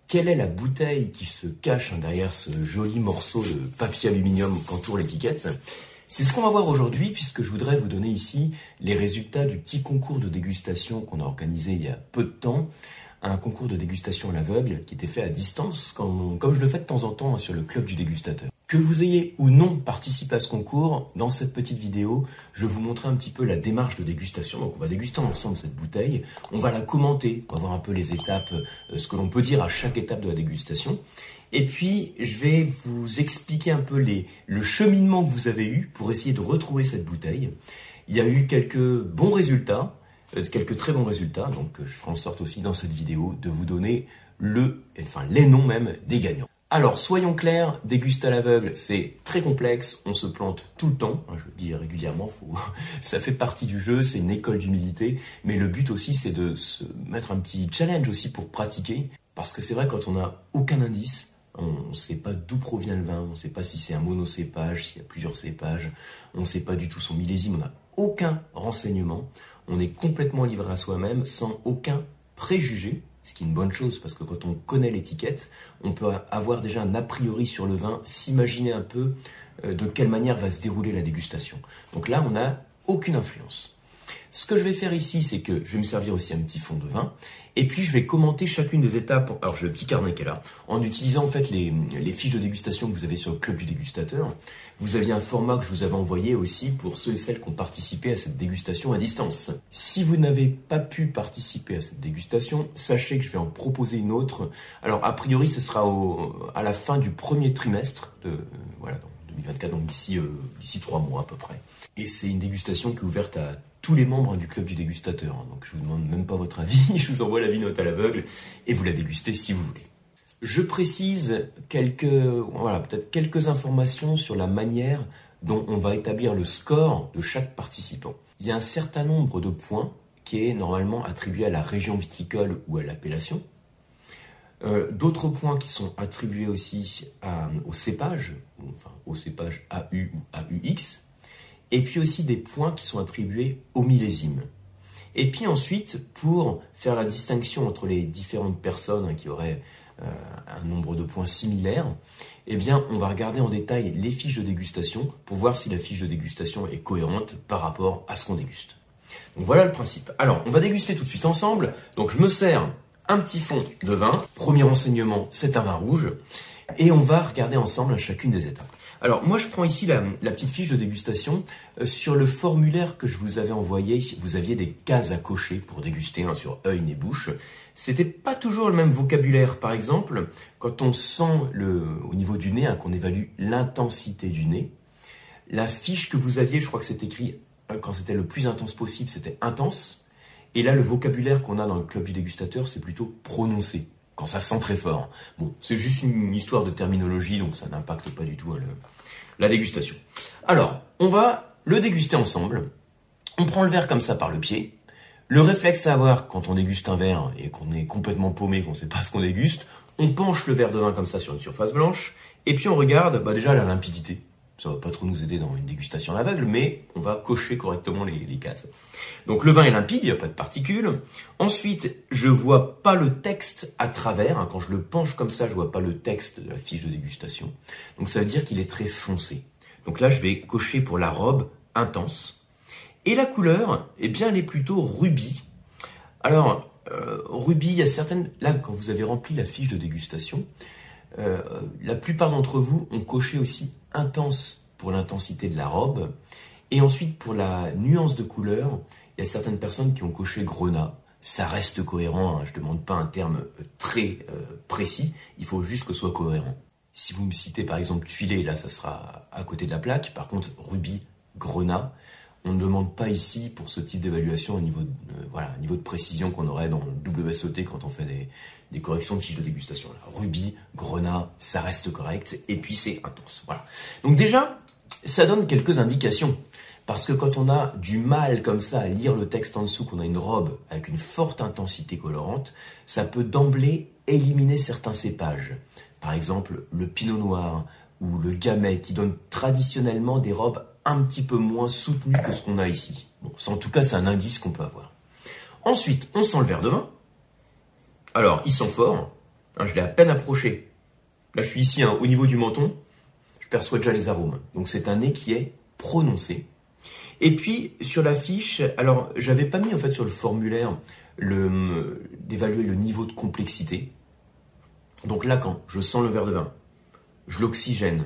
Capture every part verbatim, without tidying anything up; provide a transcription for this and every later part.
Quelle est la bouteille qui se cache derrière ce joli morceau de papier aluminium qu'entoure l'étiquette? C'est ce qu'on va voir aujourd'hui, puisque je voudrais vous donner ici les résultats du petit concours de dégustation qu'on a organisé il y a peu de temps. Un concours de dégustation à l'aveugle qui était fait à distance, comme, comme je le fais de temps en temps sur le club du dégustateur. Que vous ayez ou non participé à ce concours, dans cette petite vidéo, je vais vous montrer un petit peu la démarche de dégustation. Donc on va déguster ensemble cette bouteille, on va la commenter, on va voir un peu les étapes, euh, ce que l'on peut dire à chaque étape de la dégustation. Et puis je vais vous expliquer un peu les, le cheminement que vous avez eu pour essayer de retrouver cette bouteille. Il y a eu quelques bons résultats, euh, quelques très bons résultats, donc euh, je ferai en sorte aussi dans cette vidéo de vous donner le, enfin les noms même des gagnants. Alors, soyons clairs, déguster à l'aveugle, c'est très complexe, on se plante tout le temps, je le dis régulièrement, faut... ça fait partie du jeu, c'est une école d'humilité, mais le but aussi c'est de se mettre un petit challenge aussi pour pratiquer, parce que c'est vrai quand on n'a aucun indice, on ne sait pas d'où provient le vin, on ne sait pas si c'est un monocépage, s'il y a plusieurs cépages, on ne sait pas du tout son millésime, on n'a aucun renseignement, on est complètement livré à soi-même sans aucun préjugé. Ce qui est une bonne chose, parce que quand on connaît l'étiquette, on peut avoir déjà un a priori sur le vin, s'imaginer un peu de quelle manière va se dérouler la dégustation. Donc là, on n'a aucune influence. Ce que je vais faire ici, c'est que je vais me servir aussi un petit fond de vin, et puis je vais commenter chacune des étapes, alors j'ai le petit carnet qui est là, en utilisant en fait les, les fiches de dégustation que vous avez sur le club du dégustateur. Vous aviez un format que je vous avais envoyé aussi pour ceux et celles qui ont participé à cette dégustation à distance. Si vous n'avez pas pu participer à cette dégustation, sachez que je vais en proposer une autre. Alors a priori, ce sera au, à la fin du premier trimestre de, euh, voilà, donc deux mille vingt-quatre, donc d'ici euh, d'ici trois mois à peu près. Et c'est une dégustation qui est ouverte à tous les membres du club du dégustateur. Donc je vous demande même pas votre avis, je vous envoie la vinote à l'aveugle et vous la dégustez si vous voulez. Je précise quelques, voilà, peut-être quelques informations sur la manière dont on va établir le score de chaque participant. Il y a un certain nombre de points qui est normalement attribué à la région viticole ou à l'appellation. Euh, D'autres points qui sont attribués aussi à, au cépage, enfin au cépage A U ou A U X. Et puis aussi des points qui sont attribués au millésime. Et puis ensuite, pour faire la distinction entre les différentes personnes hein, qui auraient euh, un nombre de points similaires, eh bien, on va regarder en détail les fiches de dégustation pour voir si la fiche de dégustation est cohérente par rapport à ce qu'on déguste. Donc voilà le principe. Alors, on va déguster tout de suite ensemble. Donc je me sers un petit fond de vin. Premier renseignement, c'est un vin rouge. Et on va regarder ensemble à chacune des étapes. Alors moi je prends ici la, la petite fiche de dégustation. Euh, sur le formulaire que je vous avais envoyé, vous aviez des cases à cocher pour déguster hein, sur œil, nez, bouche. C'était pas toujours le même vocabulaire. Par exemple, quand on sent le, au niveau du nez, hein, qu'on évalue l'intensité du nez, la fiche que vous aviez, je crois que c'est écrit, hein, quand c'était le plus intense possible, c'était intense. Et là le vocabulaire qu'on a dans le club du dégustateur, c'est plutôt prononcé. Quand ça sent très fort. Bon, c'est juste une histoire de terminologie, donc ça n'impacte pas du tout hein, le, la dégustation. Alors, on va le déguster ensemble. On prend le verre comme ça par le pied. Le réflexe à avoir quand on déguste un verre et qu'on est complètement paumé, qu'on ne sait pas ce qu'on déguste, on penche le verre de vin comme ça sur une surface blanche, et puis on regarde bah déjà la limpidité. Ça va pas trop nous aider dans une dégustation à l'aveugle, mais on va cocher correctement les, les cases. Donc le vin est limpide, il n'y a pas de particules. Ensuite, je vois pas le texte à travers. Quand je le penche comme ça, je vois pas le texte de la fiche de dégustation. Donc ça veut dire qu'il est très foncé. Donc là, je vais cocher pour la robe intense. Et la couleur, eh bien, elle est plutôt rubis. Alors, euh, rubis, il y a certaines... Là, quand vous avez rempli la fiche de dégustation, euh, la plupart d'entre vous ont coché aussi intense pour l'intensité de la robe. Et ensuite, pour la nuance de couleur, il y a certaines personnes qui ont coché grenat. Ça reste cohérent, hein. Je ne demande pas un terme très euh, précis, il faut juste que ce soit cohérent. Si vous me citez par exemple tuilé, là ça sera à côté de la plaque. Par contre, rubis, grenat, on ne demande pas ici pour ce type d'évaluation au niveau de, euh, voilà, niveau de précision qu'on aurait dans le W S O T quand on fait des, des corrections de fiches de dégustation. Là, rubis, grenat, ça reste correct, et puis c'est intense. Voilà. Donc déjà, ça donne quelques indications. Parce que quand on a du mal comme ça à lire le texte en dessous, qu'on a une robe avec une forte intensité colorante, ça peut d'emblée éliminer certains cépages. Par exemple, le pinot noir ou le gamay qui donnent traditionnellement des robes un petit peu moins soutenues que ce qu'on a ici. Bon, ça, en tout cas, c'est un indice qu'on peut avoir. Ensuite, on sent le verre de vin. Alors, il sent fort. Hein, je l'ai à peine approché. Là, je suis ici, hein, au niveau du menton. Je perçois déjà les arômes. Donc, c'est un nez qui est prononcé. Et puis, sur la fiche, alors, j'avais pas mis, en fait, sur le formulaire, le, d'évaluer le niveau de complexité. Donc là, quand je sens le verre de vin, je l'oxygène,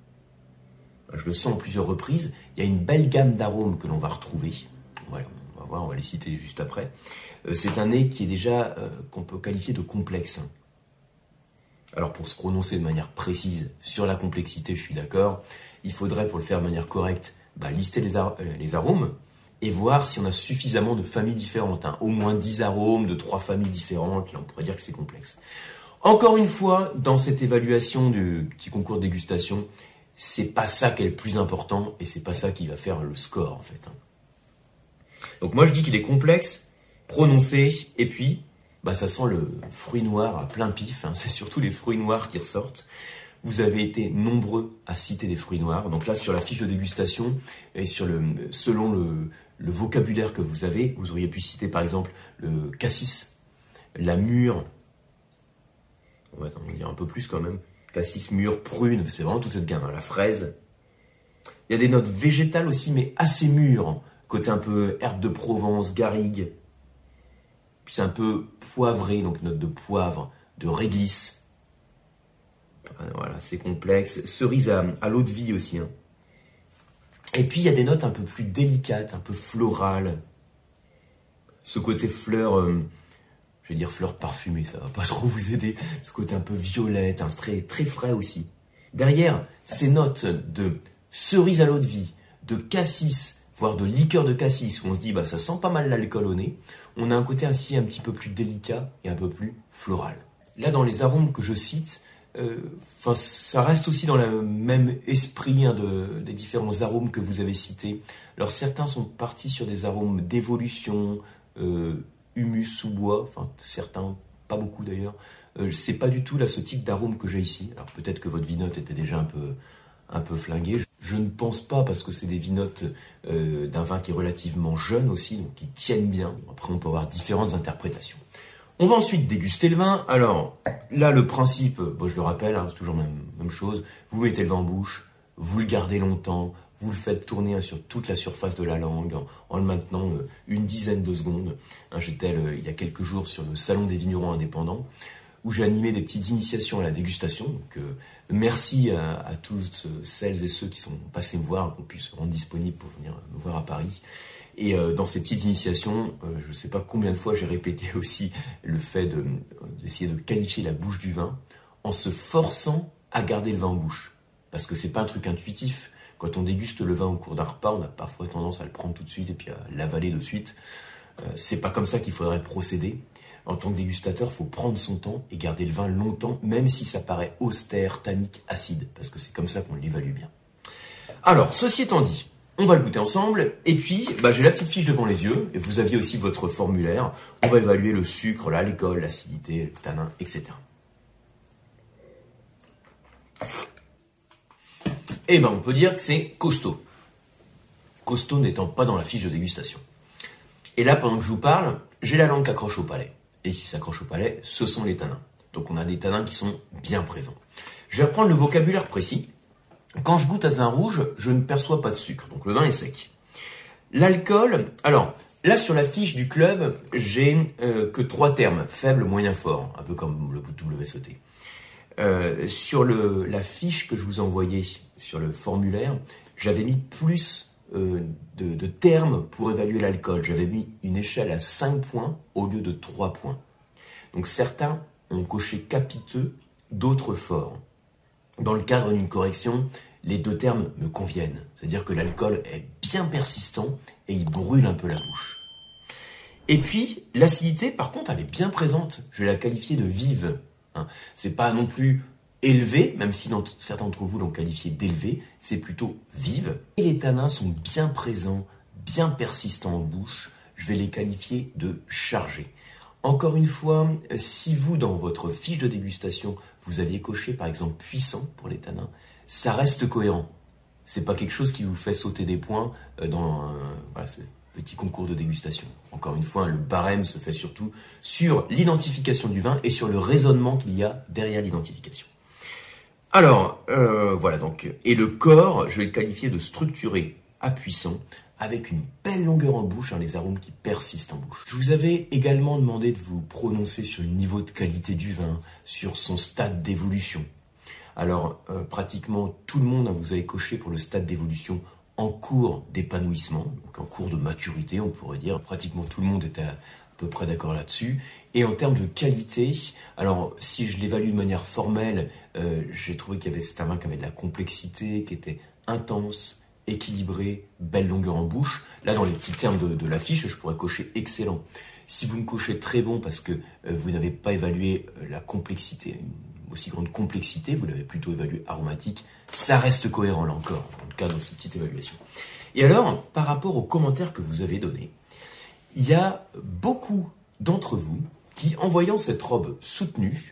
je le sens en plusieurs reprises, il y a une belle gamme d'arômes que l'on va retrouver. Voilà, on va voir, on va les citer juste après. Euh, c'est un nez qui est déjà, euh, qu'on peut qualifier de complexe. Alors pour se prononcer de manière précise sur la complexité, je suis d'accord, il faudrait pour le faire de manière correcte, bah, lister les, ar- euh, les arômes et voir si on a suffisamment de familles différentes. Hein. Au moins dix arômes de trois familles différentes, là on pourrait dire que c'est complexe. Encore une fois, dans cette évaluation du petit concours de dégustation, c'est pas ça qui est le plus important et c'est pas ça qui va faire le score en fait. Donc moi je dis qu'il est complexe, prononcé et puis bah, ça sent le fruit noir à plein pif. Hein. C'est surtout les fruits noirs qui ressortent. Vous avez été nombreux à citer des fruits noirs. Donc là sur la fiche de dégustation et sur le selon le, le vocabulaire que vous avez, vous auriez pu citer par exemple le cassis, la mûre. On va en dire un peu plus quand même. Cassis, mûre, prune, c'est vraiment toute cette gamme. Hein. La fraise. Il y a des notes végétales aussi, mais assez mûres. Côté un peu herbe de Provence, garrigue. Puis c'est un peu poivré, donc note de poivre, de réglisse. Voilà, c'est complexe. Cerise à, à l'eau de vie aussi. Hein. Et puis il y a des notes un peu plus délicates, un peu florales. Ce côté fleur... Euh, Je vais dire fleurs parfumées, ça va pas trop vous aider. Ce côté un peu violette, un très, très frais aussi. Derrière, ces notes de cerise à l'eau de vie, de cassis, voire de liqueur de cassis, où on se dit bah ça sent pas mal l'alcool au nez, on a un côté ainsi un petit peu plus délicat et un peu plus floral. Là, dans les arômes que je cite, euh, ça reste aussi dans le même esprit hein, de, des différents arômes que vous avez cités. Alors certains sont partis sur des arômes d'évolution, euh, humus sous bois, enfin certains, pas beaucoup d'ailleurs. Euh, c'est pas du tout là ce type d'arôme que j'ai ici. Alors peut-être que votre vinote était déjà un peu, un peu flinguée. Je ne pense pas parce que c'est des vinotes euh, d'un vin qui est relativement jeune aussi, donc qui tiennent bien. Après on peut avoir différentes interprétations. On va ensuite déguster le vin. Alors là le principe, bon, je le rappelle, hein, c'est toujours la même, même chose. Vous mettez le vin en bouche, vous le gardez longtemps. Vous le faites tourner sur toute la surface de la langue en, en le maintenant euh, une dizaine de secondes. Hein, j'étais euh, il y a quelques jours sur le salon des vignerons indépendants où j'ai animé des petites initiations à la dégustation. Donc, euh, merci à, à toutes celles et ceux qui sont passés me voir, qu'on puisse se rendre disponible pour venir me voir à Paris. Et euh, dans ces petites initiations, euh, je ne sais pas combien de fois j'ai répété aussi le fait de, d'essayer de qualifier la bouche du vin en se forçant à garder le vin en bouche. Parce que c'est pas un truc intuitif. Quand on déguste le vin au cours d'un repas, on a parfois tendance à le prendre tout de suite et puis à l'avaler de suite. Euh, c'est pas comme ça qu'il faudrait procéder. En tant que dégustateur, il faut prendre son temps et garder le vin longtemps, même si ça paraît austère, tannique, acide, parce que c'est comme ça qu'on l'évalue bien. Alors, ceci étant dit, on va le goûter ensemble, et puis bah, j'ai la petite fiche devant les yeux, et vous aviez aussi votre formulaire. On va évaluer le sucre, l'alcool, l'acidité, le tanin, et cetera. Eh ben, on peut dire que c'est costaud. Costaud n'étant pas dans la fiche de dégustation. Et là, pendant que je vous parle, j'ai la langue qui accroche au palais. Et si ça accroche au palais, ce sont les tanins. Donc on a des tanins qui sont bien présents. Je vais reprendre le vocabulaire précis. Quand je goûte à un rouge, je ne perçois pas de sucre. Donc le vin est sec. L'alcool, alors là sur la fiche du club, j'ai euh, que trois termes. Faible, moyen, fort. Un peu comme le W S E T. Euh, sur le, la fiche que je vous ai envoyée sur le formulaire, j'avais mis plus euh, de, de termes pour évaluer l'alcool. J'avais mis une échelle à cinq points au lieu de trois points. Donc certains ont coché capiteux, d'autres forts. Dans le cadre d'une correction, les deux termes me conviennent. C'est-à-dire que l'alcool est bien persistant et il brûle un peu la bouche. Et puis, l'acidité, par contre, elle est bien présente. Je vais la qualifier de vive. Hein. C'est pas non plus élevé, même si dans certains d'entre vous l'ont qualifié d'élevé, c'est plutôt vive. Et les tanins sont bien présents, bien persistants en bouche. Je vais les qualifier de chargés. Encore une fois, si vous, dans votre fiche de dégustation, vous aviez coché par exemple puissant pour les tanins, ça reste cohérent. C'est pas quelque chose qui vous fait sauter des points dans un, voilà, c'est petit concours de dégustation. Encore une fois, le barème se fait surtout sur l'identification du vin et sur le raisonnement qu'il y a derrière l'identification. Alors, euh, voilà donc. Et le corps, je vais le qualifier de structuré à puissant, avec une belle longueur en bouche, hein, les arômes qui persistent en bouche. Je vous avais également demandé de vous prononcer sur le niveau de qualité du vin, sur son stade d'évolution. Alors, euh, pratiquement tout le monde, hein, vous avez coché pour le stade d'évolution en cours d'épanouissement, donc en cours de maturité, on pourrait dire. Pratiquement tout le monde était à, à peu près d'accord là-dessus. Et en termes de qualité, alors si je l'évalue de manière formelle, euh, j'ai trouvé qu'il y avait c'était un vin qui avait de la complexité, qui était intense, équilibré, belle longueur en bouche. Là, dans les petits termes de, de l'affiche, je pourrais cocher excellent. Si vous me cochez très bon parce que euh, vous n'avez pas évalué euh, la complexité, une aussi grande complexité, vous l'avez plutôt évalué aromatique, ça reste cohérent là encore, dans le cadre de cette petite évaluation. Et alors, par rapport aux commentaires que vous avez donnés, il y a beaucoup d'entre vous qui, en voyant cette robe soutenue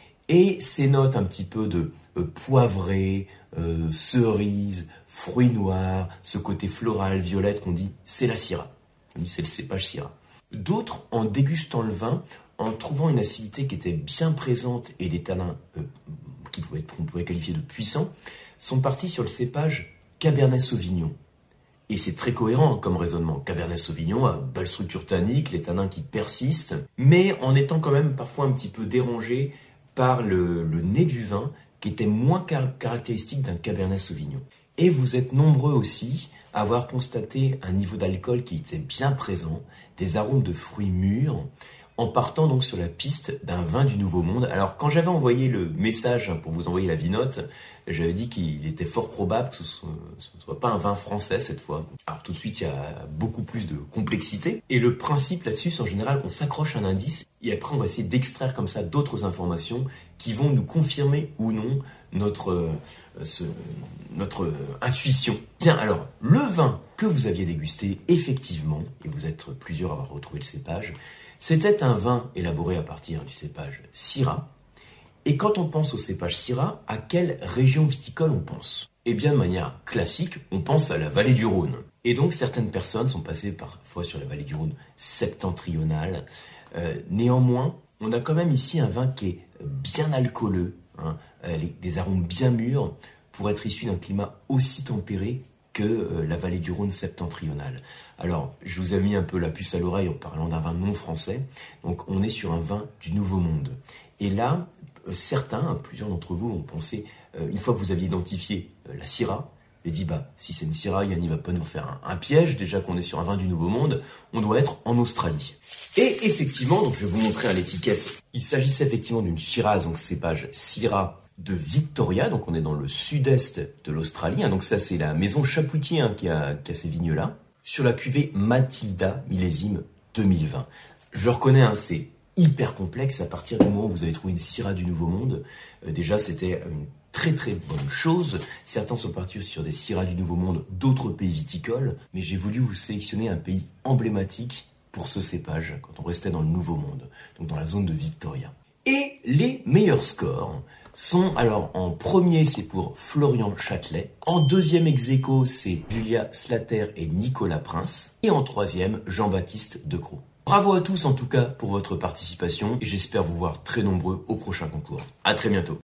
et ces notes un petit peu de euh, poivré, euh, cerise, fruits noirs, ce côté floral, violette qu'on dit c'est la Syrah. On dit c'est le cépage Syrah. D'autres, en dégustant le vin, en trouvant une acidité qui était bien présente et des tanins euh, qui pouvaient être, qu'on pouvait qualifier de puissants, sont partis sur le cépage Cabernet Sauvignon. Et c'est très cohérent comme raisonnement. Cabernet Sauvignon a belle structure tannique, les tanins qui persistent, mais en étant quand même parfois un petit peu dérangé par le, le nez du vin qui était moins car- caractéristique d'un Cabernet Sauvignon. Et vous êtes nombreux aussi à avoir constaté un niveau d'alcool qui était bien présent, des arômes de fruits mûrs, en partant donc sur la piste d'un vin du Nouveau Monde. Alors quand j'avais envoyé le message pour vous envoyer la vinote, j'avais dit qu'il était fort probable que ce ne soit pas un vin français cette fois. Alors tout de suite, il y a beaucoup plus de complexité. Et le principe là-dessus, c'est en général, on s'accroche à un indice et après on va essayer d'extraire comme ça d'autres informations qui vont nous confirmer ou non notre, euh, ce, notre intuition. Tiens, alors, le vin que vous aviez dégusté, effectivement, et vous êtes plusieurs à avoir retrouvé le cépage, c'était un vin élaboré à partir du cépage Syrah. Et quand on pense au cépage Syrah, à quelle région viticole on pense? Eh bien, de manière classique, on pense à la vallée du Rhône. Et donc, certaines personnes sont passées parfois sur la vallée du Rhône septentrionale. Euh, néanmoins, on a quand même ici un vin qui est bien alcooleux, hein, avec des arômes bien mûrs, pour être issu d'un climat aussi tempéré que euh, la vallée du Rhône septentrionale. Alors, je vous ai mis un peu la puce à l'oreille en parlant d'un vin non français. Donc, on est sur un vin du Nouveau Monde. Et là, euh, certains, plusieurs d'entre vous ont pensé, euh, une fois que vous aviez identifié euh, la Syrah, et dit, bah, si c'est une Syrah, Yann ne va pas nous faire un, un piège, déjà qu'on est sur un vin du Nouveau Monde, on doit être en Australie. Et effectivement, donc je vais vous montrer à l'étiquette, il s'agissait effectivement d'une Shiraz, donc cépage Syrah de Victoria, donc on est dans le sud-est de l'Australie, hein, donc ça c'est la maison Chapoutier hein, qui, a, qui a ces vignes-là, sur la cuvée Matilda millésime deux mille vingt. Je reconnais, hein, c'est hyper complexe à partir du moment où vous avez trouvé une Syrah du Nouveau Monde. Euh, déjà, c'était une très très bonne chose. Certains sont partis sur des Syrahs du Nouveau Monde d'autres pays viticoles, mais j'ai voulu vous sélectionner un pays emblématique pour ce cépage quand on restait dans le Nouveau Monde, donc dans la zone de Victoria. Et les meilleurs scores sont, alors en premier c'est pour Florian Châtelet, en deuxième ex-aequo c'est Julia Slater et Nicolas Prince, et en troisième Jean-Baptiste Decroux. Bravo à tous en tout cas pour votre participation et j'espère vous voir très nombreux au prochain concours. À très bientôt.